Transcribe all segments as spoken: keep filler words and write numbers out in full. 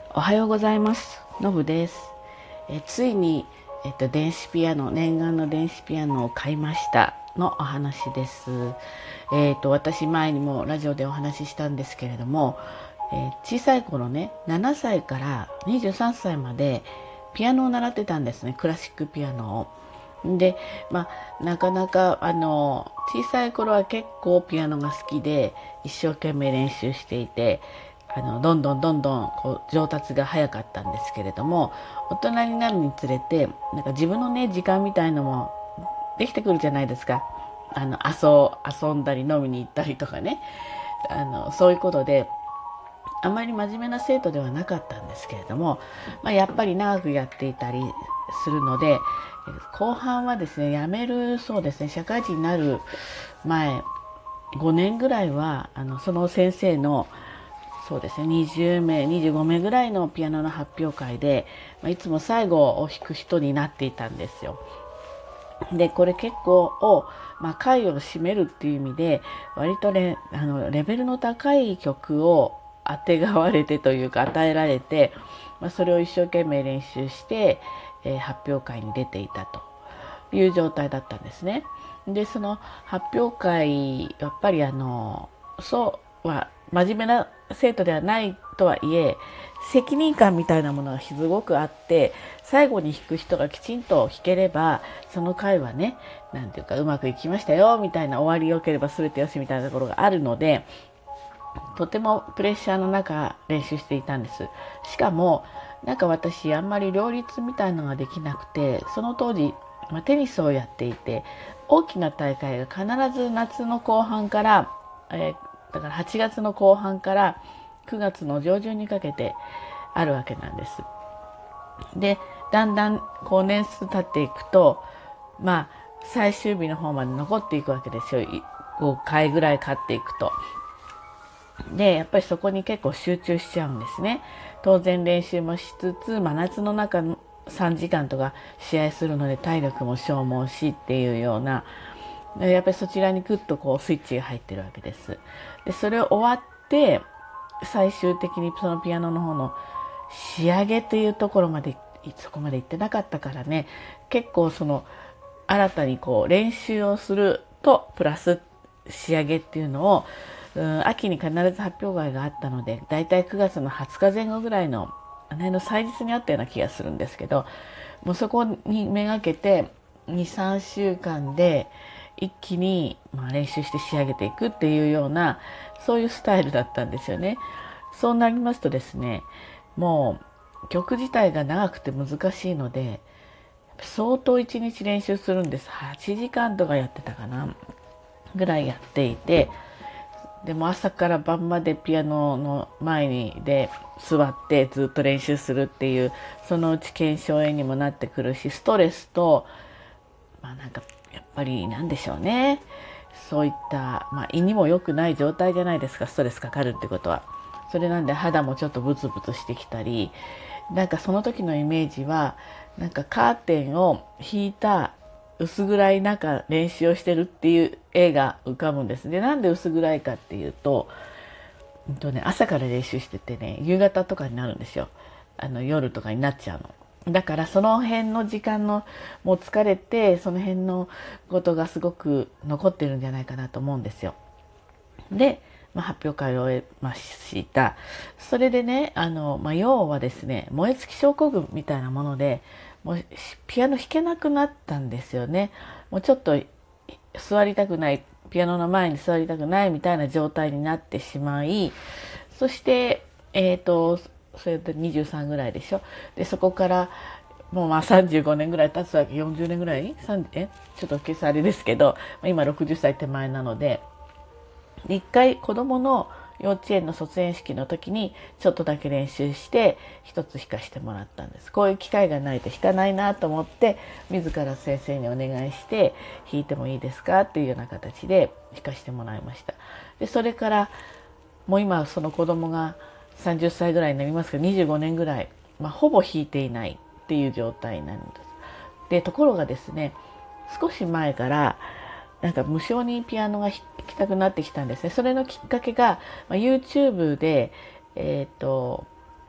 おはようございます。のぶです。えついに、えっと、電子ピアノ、念願の電子ピアノを買いましたのお話です。えっと、私前にもラジオでお話ししたんですけれども、えー小さい頃ね、ななさいからにじゅうさんさいまでピアノを習ってたんですね、クラシックピアノを。で、まあ、なかなかあの小さい頃は結構ピアノが好きで一生懸命練習していて、あのどんどんどんどんこう上達が早かったんですけれども、大人になるにつれてなんか自分のね時間みたいのもできてくるじゃないですか。あの遊遊んだり飲みに行ったりとかね、あのそういうことであまり真面目な生徒ではなかったんですけれども、まあ、やっぱり長くやっていたりするので、後半はですね、辞める、そうですね、社会人になる前ごねんぐらいはあのその先生の、そうですね、にじゅうめいにじゅうごめいぐらいのピアノの発表会で、まあ、いつも最後を弾く人になっていたんですよ。でこれ結構を、まあ、回を占めるっていう意味で割とレあのレベルの高い曲をあてがわれてというか与えられて、まあ、それを一生懸命練習して、えー発表会に出ていたという状態だったんですね。でその発表会やっぱりあのそうは真面目な生徒ではないとはいえ責任感みたいなものがすごくあって、最後に弾く人がきちんと弾ければその回はね、なんていうかうまくいきましたよみたいな、終わりよければ全てよしみたいなところがあるので、とてもプレッシャーの中練習していたんです。しかもなんか私あんまり両立みたいのができなくて、その当時、まあ、テニスをやっていて大きな大会が必ず夏の後半から、えー、だからはちがつの後半からくがつの上旬にかけてあるわけなんです。でだんだんこう年数経っていくと、まあ最終日の方まで残っていくわけですよ。ごかいぐらい勝っていくと。でやっぱりそこに結構集中しちゃうんですね。当然練習もしつつ真夏の中さんじかんとか試合するので体力も消耗しっていうような、やっぱりそちらにグッとこうスイッチが入ってるわけです。でそれを終わって最終的にそのピアノの方の仕上げというところまでそこまで行ってなかったからね、結構その新たにこう練習をするとプラス仕上げっていうのを、うん、秋に必ず発表会があったので、だいたいくがつのはつかぜん後ぐらいのあの辺の祭日にあったような気がするんですけど、もうそこにめがけてにさんしゅうかんで一気に、まあ、練習して仕上げていくっていうような、そういうスタイルだったんですよね。そうなりますとですね、もう曲自体が長くて難しいので相当いちにち練習するんです。はちじかんとかやってたかなぐらいやっていて、でも朝から晩までピアノの前にで座ってずっと練習するっていう、そのうち腱鞘炎にもなってくるし、ストレスと、まあなんかやっぱりなんでしょうね、そういった、まあ、胃にも良くない状態じゃないですか、ストレスかかるってことは。それなんで肌もちょっとブツブツしてきたり、なんかその時のイメージはなんかカーテンを引いた薄暗い中練習をしてるっていう絵が浮かぶんですね。なんで薄暗いかっていうと、うんとね、朝から練習しててね、夕方とかになるんですよ。あの夜とかになっちゃうの。だからその辺の時間のもう疲れて、その辺のことがすごく残ってるんじゃないかなと思うんですよ。で、まあ、発表会を終えました。それでね、あの、まあ、要はですね、燃え尽き症候群みたいなもので、もうピアノ弾けなくなったんですよね。もうちょっと座りたくない、ピアノの前に座りたくないみたいな状態になってしまい、そして、えっと、それでにじゅうさんぐらいでしょ。で、そこから、もうまあさんじゅうごねんぐらい経つわけ、よんじゅうねんぐらいえちょっと計算あれですけど、今ろくじゅっさい手前なので、一回子供の幼稚園の卒園式の時にちょっとだけ練習して一つ弾かしてもらったんです。こういう機会がないと弾かないなと思って自ら先生にお願いして弾いてもいいですかっていうような形で弾かしてもらいました。でそれからもう今その子供がさんじゅっさいぐらいになりますけどにじゅうごねんぐらい、まあ、ほぼ弾いていないっていう状態なんです。でところがですね、少し前からなんか無性にピアノが弾きたくなってきたんですね。それのきっかけが、まあ、YouTube で、えーと、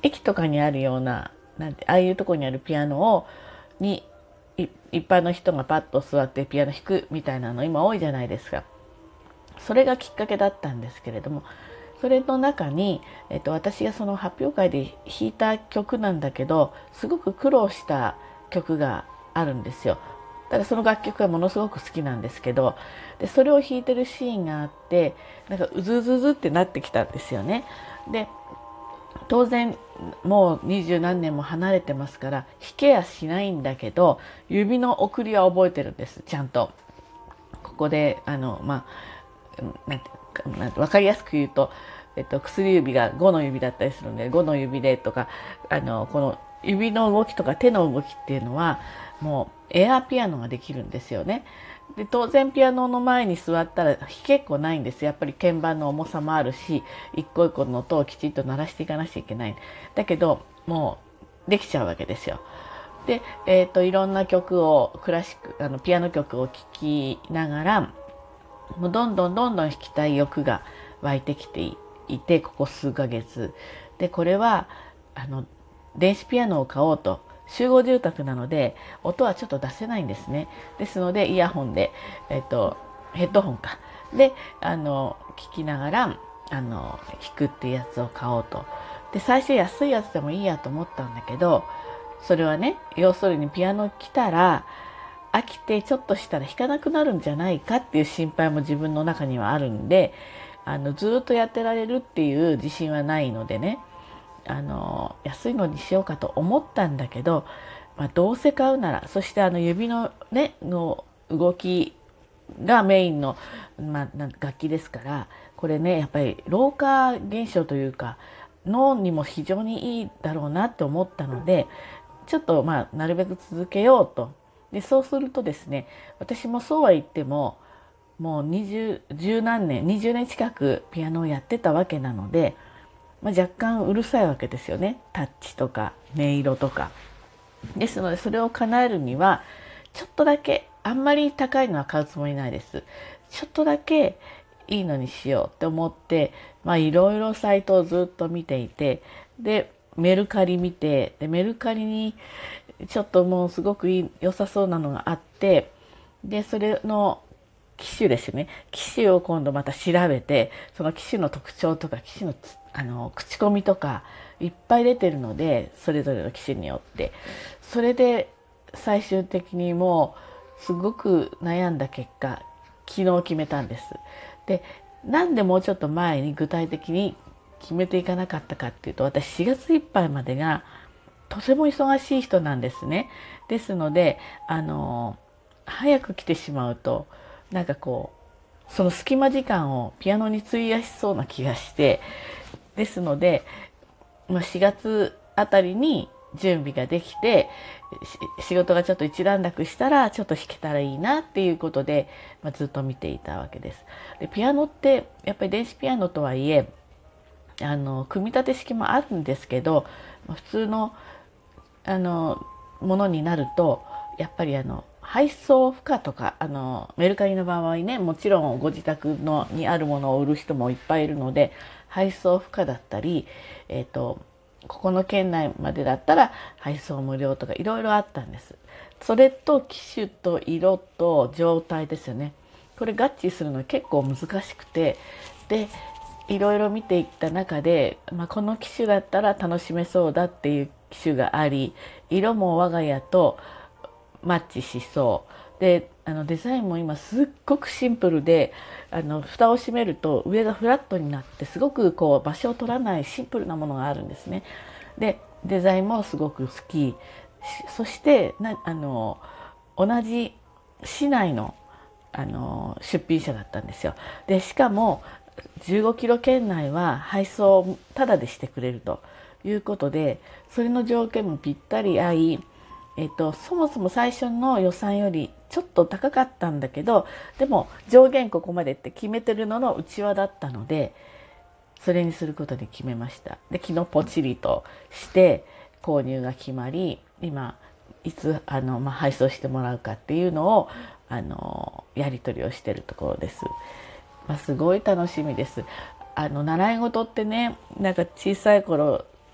駅とかにあるような、なんてああいうとこにあるピアノをに一般の人がパッと座ってピアノ弾くみたいなの今多いじゃないですか。それがきっかけだったんですけれども、それの中に、えっと、私がその発表会で弾いた曲なんだけど、すごく苦労した曲があるんですよ。ただその楽曲はものすごく好きなんですけど、でそれを弾いてるシーンがあって、なんかうずうずうずってなってきたんですよね。で当然もう二十何年も離れてますから弾けやしないんだけど、指の送りは覚えてるんです、ちゃんと。ここであのまあなんてなんて分かりやすく言うと、えっと、薬指がごの指だったりするのでごの指でとか、あのこの指の動きとか手の動きっていうのはもうエアピアノができるんですよね。で当然ピアノの前に座ったら弾けっこないんです。やっぱり鍵盤の重さもあるし、一個一個の音をきちんと鳴らしていかなきゃいけない。だけどもうできちゃうわけですよ。で、えーと、いろんな曲をクラシックあのピアノ曲を聴きながら、もうどんどんどんどん弾きたい欲が湧いてきていて、ここ数ヶ月で、これはあの電子ピアノを買おうと。集合住宅なので音はちょっと出せないんですね。ですのでイヤホンで、えっと、ヘッドホンかであの聞きながらあの弾くっていうやつを買おうと。で最初安いやつでもいいやと思ったんだけど、それはね、要するにピアノ来たら飽きてちょっとしたら弾かなくなるんじゃないかっていう心配も自分の中にはあるんで、あのずっとやってられるっていう自信はないのでね、あの安いのにしようかと思ったんだけど、まあ、どうせ買うなら、そしてあの指のねの動きがメインの、まあ、楽器ですから、これねやっぱり老化現象というか脳にも非常にいいだろうなって思ったので、ちょっとまあなるべく続けようと。でそうするとですね、私もそうは言ってももう二十十何年にじゅうねん近くピアノをやってたわけなので、まあ、若干うるさいわけですよね。タッチとか音色とか。ですのでそれを叶えるにはちょっとだけ、あんまり高いのは買うつもりないです。ちょっとだけいいのにしようって思って、まあいろいろサイトをずっと見ていて、でメルカリ見て、でメルカリにちょっともうすごくいい良さそうなのがあって、でそれの機種ですね、機種を今度また調べて、その機種の特徴とか機種のあの口コミとかいっぱい出てるので、それぞれの機種によって、それで最終的にもうすごく悩んだ結果、昨日決めたんです。でなんでもうちょっと前に具体的に決めていかなかったかっていうと、私しがついっぱいまでがとても忙しい人なんですね。ですのであの早く来てしまうと、なんかこうその隙間時間をピアノに費やしそうな気がして、ですので、まあ、しがつあたりに準備ができて、仕事がちょっと一段落したらちょっと弾けたらいいなっていうことで、まあ、ずっと見ていたわけです。でピアノってやっぱり電子ピアノとはいえ、あの組み立て式もあるんですけど、普通のあのものになるとやっぱりあの配送負荷とか、あのメルカリの場合ね、もちろんご自宅のにあるものを売る人もいっぱいいるので、配送負荷だったり、えーと、ここの県内までだったら配送無料とかいろいろあったんです。それと機種と色と状態ですよね。これ合致するの結構難しくて、でいろいろ見ていった中で、まあ、この機種だったら楽しめそうだっていう機種があり、色も我が家とマッチしそうで、あのデザインも今すっごくシンプルで、あの蓋を閉めると上がフラットになって、すごくこう場所を取らないシンプルなものがあるんですね。でデザインもすごく好き。そしてなあの同じ市内のあの出品者だったんですよ。でしかもじゅうごキロ圏内は配送をタダでしてくれるということで、それの条件もぴったり合い、えっと、そもそも最初の予算よりちょっと高かったんだけど、でも上限ここまでって決めてるのの内輪だったので、それにすることに決めました。で昨日ポチリとして購入が決まり、今いつあの、まあ、配送してもらうかっていうのをあのやり取りをしているところです。まあ、すごい楽しみです。あの習い事ってね、なんか小さい頃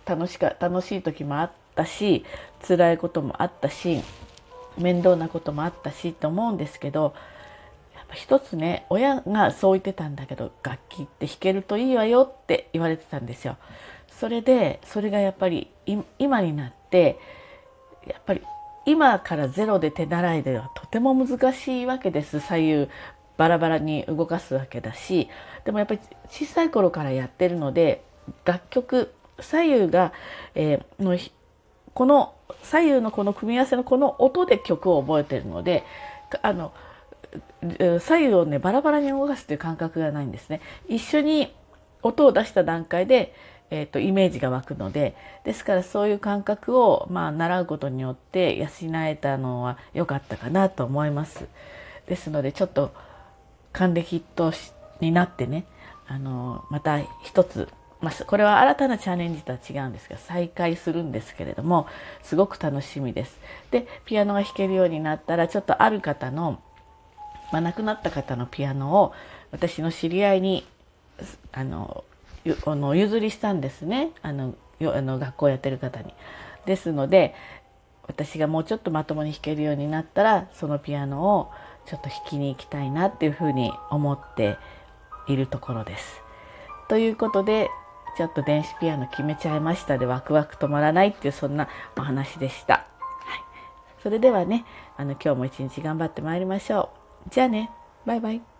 楽しか楽しい時もあったし、辛いこともあったし、面倒なこともあったしと思うんですけど、やっぱ一つね、親がそう言ってたんだけど、楽器って弾けるといいわよって言われてたんですよ。それでそれがやっぱり今になって、やっぱり今からゼロで手習いではとても難しいわけです。左右バラバラに動かすわけだし、でもやっぱり小さい頃からやってるので、楽曲左右が、えー、のこの左右のこの組み合わせのこの音で曲を覚えてるので、あの左右をねバラバラに動かすという感覚がないんですね。一緒に音を出した段階で、えーと、イメージが湧くので、ですからそういう感覚を、まあ、習うことによって養えたのは良かったかなと思います。ですのでちょっと還暦とになってね、あのまた一つ、まあ、これは新たなチャレンジとは違うんですが再開するんですけれども、すごく楽しみです。でピアノが弾けるようになったら、ちょっとある方の、まあ、亡くなった方のピアノを私の知り合いにあのあの譲りしたんですね、あのあの学校やってる方に。ですので私がもうちょっとまともに弾けるようになったら、そのピアノをちょっと弾きに行きたいなっていうふうに思っているところです。ということで、ちょっと電子ピアノ決めちゃいましたでワクワク止まらないっていう、そんなお話でした。はい、それではね、あの今日も一日頑張ってまいりましょう。じゃあね、バイバイ。